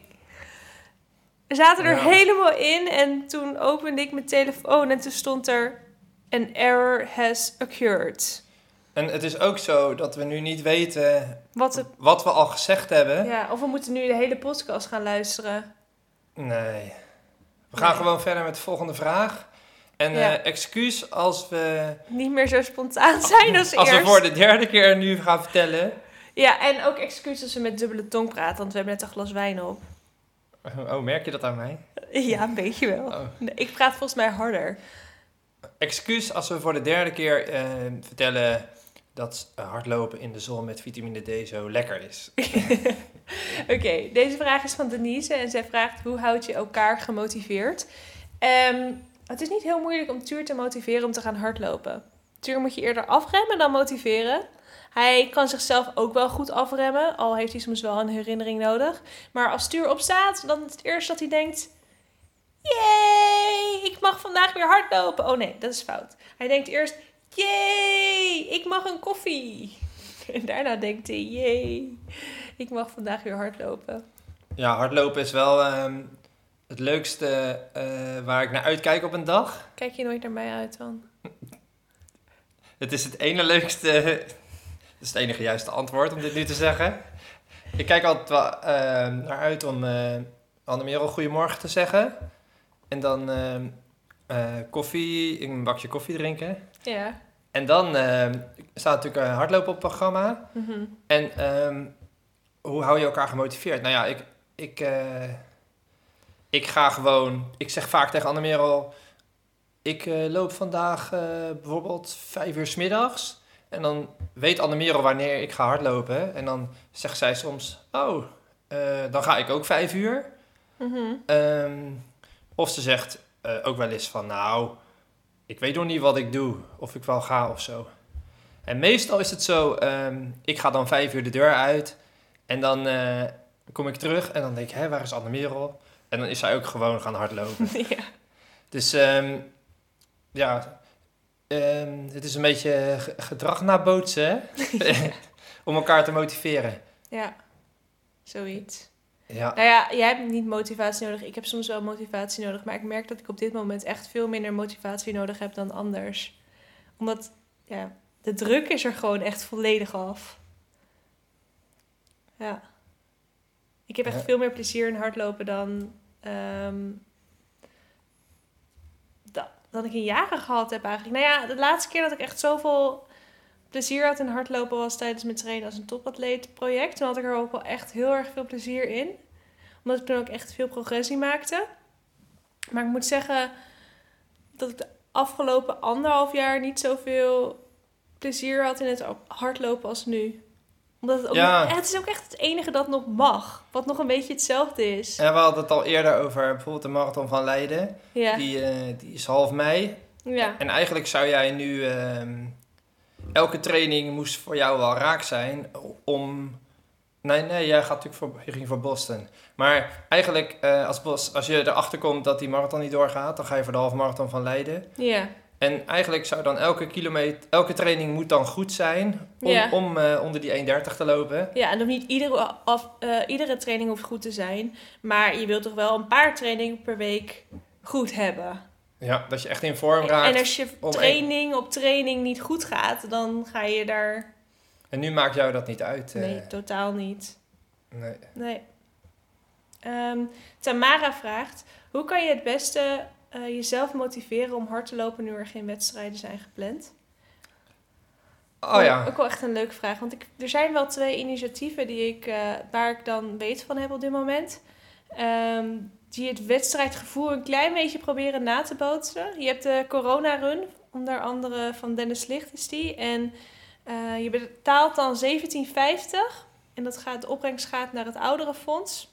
We zaten er helemaal in en toen opende ik mijn telefoon en toen stond er: an error has occurred. En het is ook zo dat we nu niet weten Wat we al gezegd hebben. Ja, of we moeten nu de hele podcast gaan luisteren. Nee. We gaan gewoon verder met de volgende vraag. En excuus als we... Niet meer zo spontaan zijn als Als eerst. we voor de derde keer nu gaan vertellen. Ja, en ook excuus als we met dubbele tong praten, want we hebben net een glas wijn op. Oh, merk je dat aan mij? Ja, een beetje wel. Oh. Nee, ik praat volgens mij harder. Excuus als we voor de derde keer vertellen dat hardlopen in de zon met vitamine D zo lekker is. Oké, deze vraag is van Denise en zij vraagt: hoe houd je elkaar gemotiveerd? Het is niet heel moeilijk om Tuur te motiveren om te gaan hardlopen. Tuur moet je eerder afremmen dan motiveren. Hij kan zichzelf ook wel goed afremmen, al heeft hij soms wel een herinnering nodig. Maar als Tuur opstaat, dan is het eerst dat hij denkt: yay, ik mag vandaag weer hardlopen. Oh nee, dat is fout. Hij denkt eerst: yay, ik mag een koffie. En daarna denkt hij: yay, ik mag vandaag weer hardlopen. Ja, hardlopen is wel het leukste waar ik naar uitkijk op een dag. Kijk je nooit naar mij uit dan? Het is het ene leukste... Dat is het enige juiste antwoord om dit nu te zeggen. Ik kijk altijd wel naar uit om Annemerel goedemorgen te zeggen. En dan koffie, een bakje koffie drinken. Ja. En dan staat natuurlijk hardlopen op het programma. Mm-hmm. En hoe hou je elkaar gemotiveerd? Nou ja, ik ga gewoon... Ik zeg vaak tegen Annemerel... Ik loop vandaag bijvoorbeeld 5 uur 's middags. En dan weet Annemerel wanneer ik ga hardlopen. En dan zegt zij soms... dan ga ik ook 5 uur. Of ze zegt ook wel eens van, nou, ik weet nog niet wat ik doe. Of ik wel ga of zo. En meestal is het zo, ik ga dan 5 uur de deur uit. En dan kom ik terug en dan denk ik, waar is Anne-Merel? En dan is zij ook gewoon gaan hardlopen. Ja. Dus het is een beetje gedrag nabootsen, hè? Om elkaar te motiveren. Ja, zoiets. Ja. Nou ja, jij hebt niet motivatie nodig. Ik heb soms wel motivatie nodig. Maar ik merk dat ik op dit moment echt veel minder motivatie nodig heb dan anders. Omdat, ja, de druk is er gewoon echt volledig af. Ja. Ik heb echt veel meer plezier in hardlopen dan ik in jaren gehad heb eigenlijk. Nou ja, de laatste keer dat ik echt zoveel plezier had in hardlopen was tijdens mijn trainen als een topatleet project. Toen had ik er ook wel echt heel erg veel plezier in. Omdat ik toen ook echt veel progressie maakte. Maar ik moet zeggen dat ik de afgelopen 1,5 jaar niet zoveel plezier had in het hardlopen als nu. Omdat het ook het is ook echt het enige dat nog mag. Wat nog een beetje hetzelfde is. En we hadden het al eerder over bijvoorbeeld de Marathon van Leiden. Ja. Die is half mei. Ja. En eigenlijk zou jij nu... elke training moest voor jou wel raak zijn om... Nee, jij gaat natuurlijk je ging voor Boston. Maar eigenlijk, als je erachter komt dat die marathon niet doorgaat, dan ga je voor de halve marathon van Leiden. Ja. En eigenlijk zou dan elke training moet dan goed zijn om onder die 1:30 te lopen. Ja, en nog niet iedere training hoeft goed te zijn. Maar je wilt toch wel een paar trainingen per week goed hebben. Ja, dat je echt in vorm raakt. En als je training op training niet goed gaat, dan ga je daar... En nu maakt jou dat niet uit? Nee, totaal niet. Nee. Tamara vraagt, hoe kan je het beste jezelf motiveren om hard te lopen nu er geen wedstrijden zijn gepland? Oh ja. Ook wel echt een leuke vraag, want er zijn wel 2 initiatieven waar ik dan weet van heb op dit moment. Die het wedstrijdgevoel een klein beetje proberen na te bootsen. Je hebt de Corona Run, onder andere van Dennis Licht is die. En je betaalt dan €17,50 en de opbrengst gaat naar het Ouderenfonds.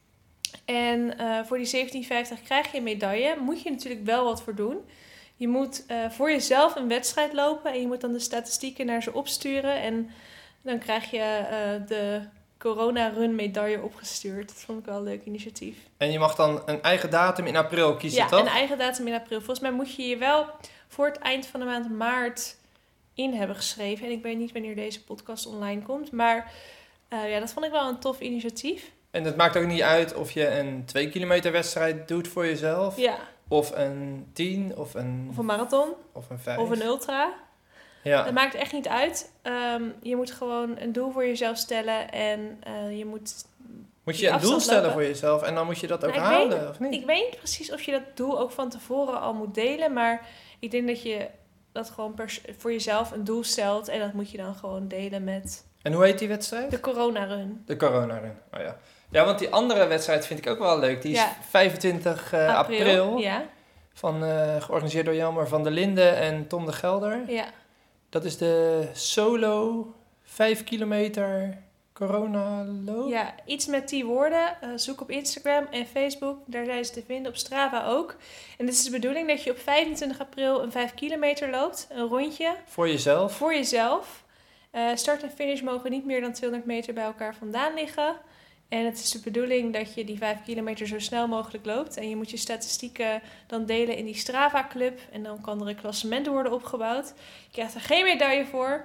En voor die €17,50 krijg je een medaille. Moet je natuurlijk wel wat voor doen. Je moet voor jezelf een wedstrijd lopen en je moet dan de statistieken naar ze opsturen. En dan krijg je de Corona Run medaille opgestuurd. Dat vond ik wel een leuk initiatief. En je mag dan een eigen datum in april kiezen, toch? Ja, een eigen datum in april. Volgens mij moet je je wel voor het eind van de maand maart in hebben geschreven. En ik weet niet wanneer deze podcast online komt. Maar dat vond ik wel een tof initiatief. En het maakt ook niet uit of je een 2 kilometer wedstrijd doet voor jezelf. Ja. Of een 10, of een marathon. Of een 5. Of een ultra. Ja. Dat maakt echt niet uit. Je moet gewoon een doel voor jezelf stellen. En je moet... Moet je een doel stellen voor jezelf en dan moet je dat ook halen, of niet? Ik weet niet precies of je dat doel ook van tevoren al moet delen. Maar ik denk dat je dat gewoon voor jezelf een doel stelt. En dat moet je dan gewoon delen met... En hoe heet die wedstrijd? De Corona Run. De Corona Run, oh ja. Ja, want die andere wedstrijd vind ik ook wel leuk. Die is 25 april. Ja. Georganiseerd door Jelmer van der Linden en Tom de Gelder. Ja. Dat is de solo 5 kilometer corona loop. Ja, iets met die woorden. Zoek op Instagram en Facebook. Daar zijn ze te vinden. Op Strava ook. En dit is de bedoeling dat je op 25 april een 5 kilometer loopt. Een rondje. Voor jezelf? Voor jezelf. Start en finish mogen niet meer dan 200 meter bij elkaar vandaan liggen. En het is de bedoeling dat je die 5 kilometer zo snel mogelijk loopt. En je moet je statistieken dan delen in die Strava Club. En dan kan er een klassement worden opgebouwd. Je krijgt er geen medaille voor.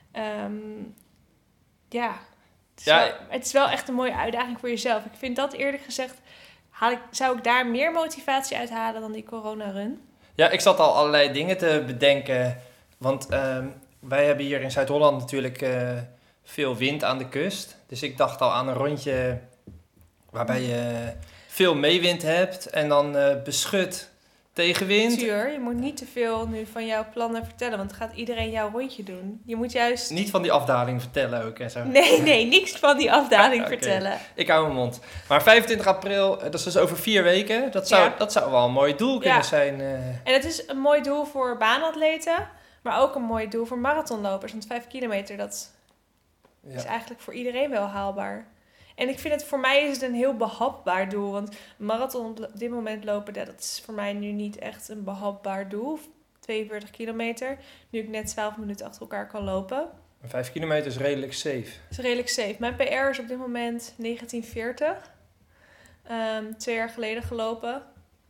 Het is wel echt een mooie uitdaging voor jezelf. Ik vind dat eerlijk gezegd, zou ik daar meer motivatie uit halen dan die Corona Run. Ja, ik zat al allerlei dingen te bedenken. Want wij hebben hier in Zuid-Holland natuurlijk veel wind aan de kust. Dus ik dacht al aan een rondje waarbij je veel meewind hebt en dan beschut tegenwind. Tuur, je moet niet te veel nu van jouw plannen vertellen, want dan gaat iedereen jouw rondje doen. Je moet juist... Niet van die afdaling vertellen ook en zo. Nee, niks van die afdaling vertellen. Ik hou mijn mond. Maar 25 april, dat is dus over 4 weken. Dat zou wel een mooi doel kunnen zijn. En het is een mooi doel voor baanatleten, maar ook een mooi doel voor marathonlopers. Want 5 kilometer, dat is eigenlijk voor iedereen wel haalbaar. En ik vind het, voor mij is het een heel behapbaar doel. Want marathon op dit moment lopen, dat is voor mij nu niet echt een behapbaar doel. 42 kilometer. Nu ik net 12 minuten achter elkaar kan lopen. 5 kilometer is redelijk safe. Dat is redelijk safe. Mijn PR is op dit moment 1940. 2 jaar geleden gelopen.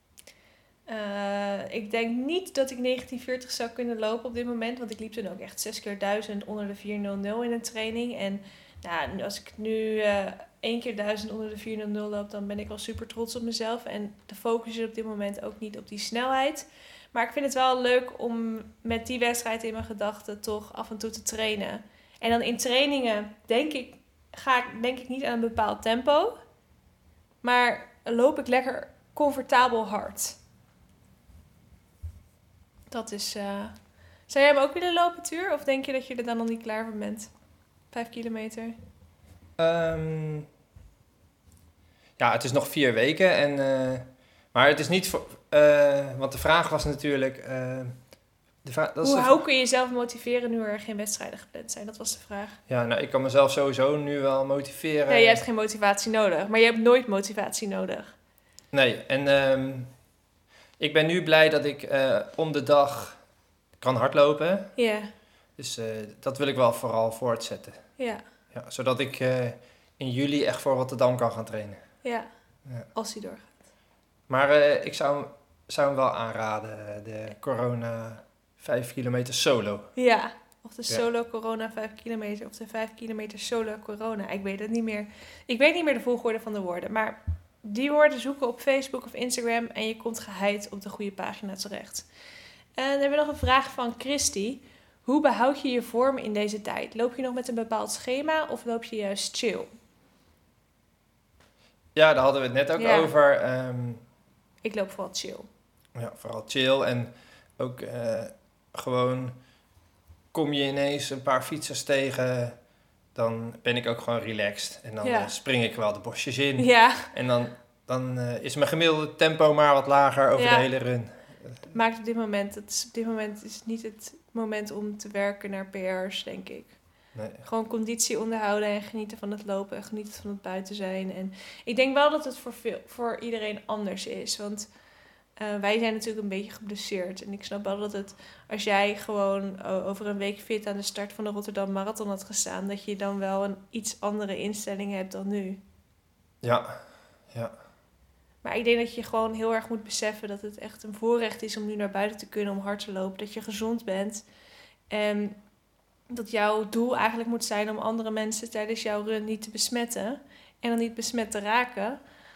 Ik denk niet dat ik 1940 zou kunnen lopen op dit moment. Want ik liep toen ook echt 6 keer 1000 onder de 400 in een training. En nou, als ik nu 1 keer 1000 onder de 400 loop, dan ben ik wel super trots op mezelf. En de focus is op dit moment ook niet op die snelheid. Maar ik vind het wel leuk om met die wedstrijd in mijn gedachten toch af en toe te trainen. En dan in trainingen ga ik niet aan een bepaald tempo. Maar loop ik lekker comfortabel hard. Dat is... Zou jij hem ook willen lopen, Tuur? Of denk je dat je er dan nog niet klaar voor bent? 5 kilometer. Ja, het is nog 4 weken. Maar het is niet voor... want de vraag was natuurlijk... Hoe kun je jezelf motiveren nu er geen wedstrijden gepland zijn? Dat was de vraag. Ja, nou, ik kan mezelf sowieso nu wel motiveren. Ja, je hebt geen motivatie nodig. Maar je hebt nooit motivatie nodig. Nee, en ik ben nu blij dat ik om de dag kan hardlopen. Ja. Dus dat wil ik wel vooral voortzetten. Ja. Ja, zodat ik in juli echt voor Rotterdam kan gaan trainen. Ja, als hij doorgaat. Maar ik zou hem wel aanraden, de Corona 5 kilometer solo. Ja, of de solo Corona 5 kilometer of de 5 kilometer solo Corona. Ik weet het niet meer. Ik weet niet meer de volgorde van de woorden. Maar die woorden zoeken op Facebook of Instagram en je komt geheid op de goede pagina terecht. En dan hebben we nog een vraag van Christy. Hoe behoud je je vorm in deze tijd? Loop je nog met een bepaald schema of loop je juist chill? Ja, daar hadden we het net ook over. Ik loop vooral chill. Ja, vooral chill. En ook gewoon kom je ineens een paar fietsers tegen, dan ben ik ook gewoon relaxed. En dan spring ik wel de bosjes in. Ja. En dan is mijn gemiddelde tempo maar wat lager over de hele run. Maakt op dit moment is niet het moment om te werken naar PR's, denk ik. Nee. Gewoon conditie onderhouden en genieten van het lopen en genieten van het buiten zijn. En ik denk wel dat het voor iedereen anders is. Want wij zijn natuurlijk een beetje geblesseerd. En ik snap wel dat het, als jij gewoon over een week fit aan de start van de Rotterdam Marathon had gestaan, dat je dan wel een iets andere instelling hebt dan nu. Ja. Maar ik denk dat je gewoon heel erg moet beseffen dat het echt een voorrecht is om nu naar buiten te kunnen, om hard te lopen. Dat je gezond bent. En dat jouw doel eigenlijk moet zijn om andere mensen tijdens jouw run niet te besmetten. En dan niet besmet te raken.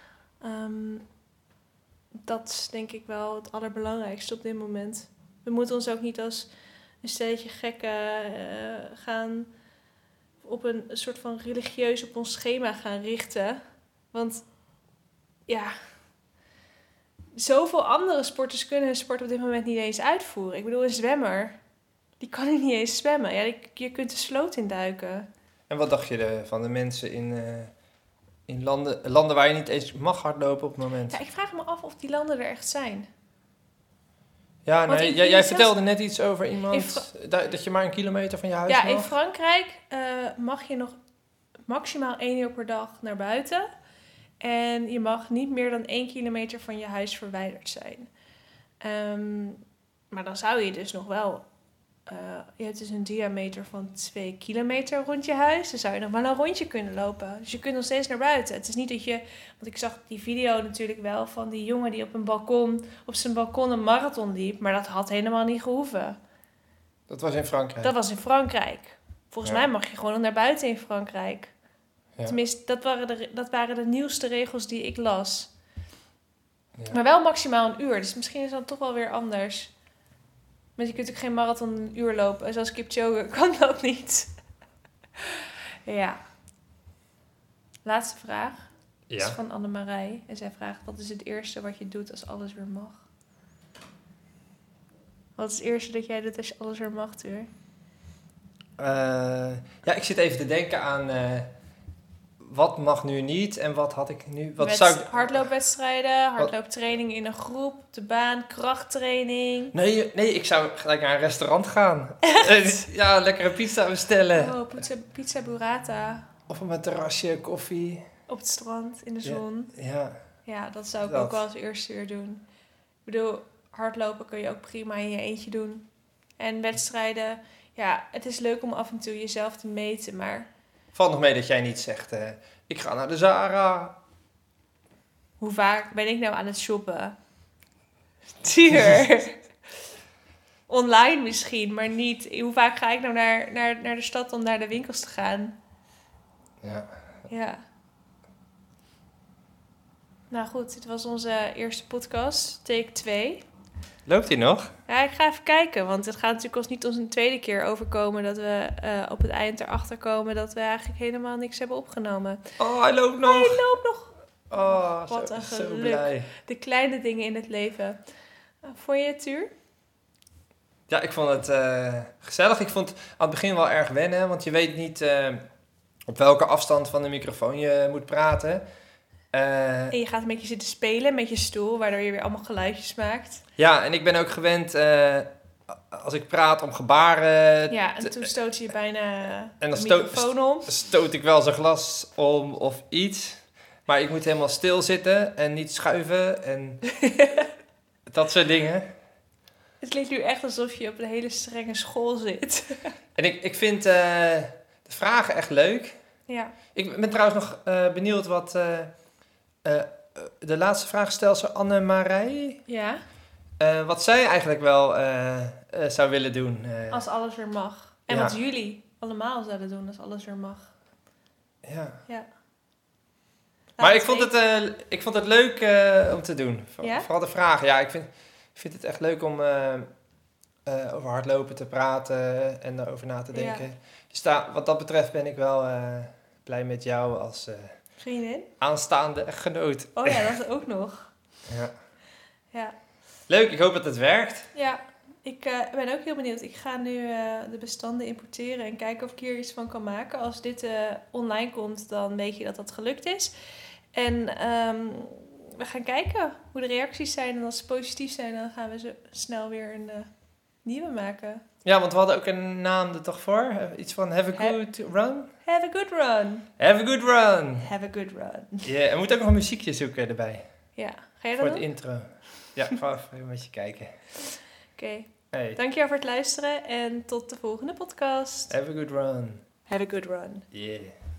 Dat is denk ik wel het allerbelangrijkste op dit moment. We moeten ons ook niet als een stelletje gekken gaan op een soort van religieus op ons schema gaan richten. Want ja, zoveel andere sporters kunnen hun sport op dit moment niet eens uitvoeren. Ik bedoel, een zwemmer, die kan niet eens zwemmen. Ja, je kunt de sloot induiken. En wat dacht je van de mensen in landen waar je niet eens mag hardlopen op het moment? Ja, ik vraag me af of die landen er echt zijn. Ja, nee, jij vertelde net iets over iemand, dat je maar 1 kilometer van je huis mag. Ja, in Frankrijk mag je nog maximaal 1 uur per dag naar buiten. En je mag niet meer dan 1 kilometer van je huis verwijderd zijn. Maar dan zou je dus nog wel... je hebt dus een diameter van 2 kilometer rond je huis. Dan zou je nog wel een rondje kunnen lopen. Dus je kunt nog steeds naar buiten. Het is niet dat je... Want ik zag die video natuurlijk wel van die jongen die op zijn balkon een marathon liep. Maar dat had helemaal niet gehoeven. Dat was in Frankrijk? Dat was in Frankrijk. Volgens mij mag je gewoon nog naar buiten in Frankrijk. Ja. Tenminste, dat waren de nieuwste regels die ik las. Ja. Maar wel maximaal 1 uur. Dus misschien is dat toch wel weer anders. Maar je kunt ook geen marathon 1 uur lopen. Zoals Kipchoge kan dat niet. Ja. Laatste vraag. Ja. Is van Annemarij. En zij vraagt, wat is het eerste wat je doet als alles weer mag? Wat is het eerste dat jij doet als je alles weer mag, Tuur? Ja, ik zit even te denken aan... wat mag nu niet en wat had ik nu... Hardloopwedstrijden, hardlooptraining in een groep, op de baan, krachttraining. Nee, ik zou gelijk naar een restaurant gaan. Ja, lekkere pizza bestellen. Oh, pizza burrata. Of op een terrasje, koffie. Op het strand, in de zon. Ja. Ja, dat zou ik Dat. ook wel als eerste weer doen. Ik bedoel, hardlopen kun je ook prima in je eentje doen. En wedstrijden, ja, het is leuk om af en toe jezelf te meten, maar Valt nog mee dat jij niet zegt, ik ga naar de Zara. hoe vaak ben ik nou aan het shoppen? Tuur. Online misschien, maar niet. Hoe vaak ga ik nou naar de stad om naar de winkels te gaan? Ja. Ja. Nou goed, dit was onze eerste podcast, take 2. Loopt hij nog? Ja, ik ga even kijken, want het gaat natuurlijk ons niet ons een tweede keer overkomen dat we op het eind erachter komen dat we eigenlijk helemaal niks hebben opgenomen. Oh, hij loopt nog. Hij loopt nog. Oh, Wat zo, een zo geluk. blij. De kleine dingen in het leven. Vond je het, Tuur? Ja, ik vond het gezellig. Ik vond het aan het begin wel erg wennen, want je weet niet op welke afstand van de microfoon je moet praten. En je gaat een beetje zitten spelen met je stoel, waardoor je weer allemaal geluidjes maakt. Ja, en ik ben ook gewend als ik praat om gebaren. Ja, en toen stoot je bijna En dan de microfoon om. stoot ik wel zijn glas om of iets. Maar ik moet helemaal stil zitten en niet schuiven en dat soort dingen. Het klinkt nu echt alsof je op een hele strenge school zit. En ik vind de vragen echt leuk. Ja. Ik ben trouwens nog benieuwd wat de laatste vraagstelster Anne-Marie, Ja, wat zij eigenlijk wel zou willen doen. als alles weer mag. En Ja. wat jullie allemaal zouden doen als alles weer mag. Ja. Ja. Maar Laat ik vond het leuk om te doen. Ja? Vooral de vragen. Ja, ik vind het echt leuk om over hardlopen te praten en daarover na te denken. Ja. Dus wat dat betreft ben ik wel blij met jou als Vriendin? aanstaande echtgenoot. Oh ja, dat ook nog. Ja. Ja. Leuk, ik hoop dat het werkt. Ja, ik ben ook heel benieuwd. Ik ga nu de bestanden importeren en kijken of ik hier iets van kan maken. Als dit online komt, dan weet je dat dat gelukt is. En we gaan kijken hoe de reacties zijn. En als ze positief zijn, dan gaan we zo snel weer een nieuwe maken. Ja, want we hadden ook een naam er toch voor? Iets van have a good run? Have a good run. Have a good run. Have a good run. Ja, en we moeten ook nog een muziekje zoeken erbij. Ja, ga je Voor dat de doen? intro. Ja, ga even een beetje kijken. Oké. Hey, Dankjewel voor het luisteren en tot de volgende podcast. have a good run. Have a good run. Yeah.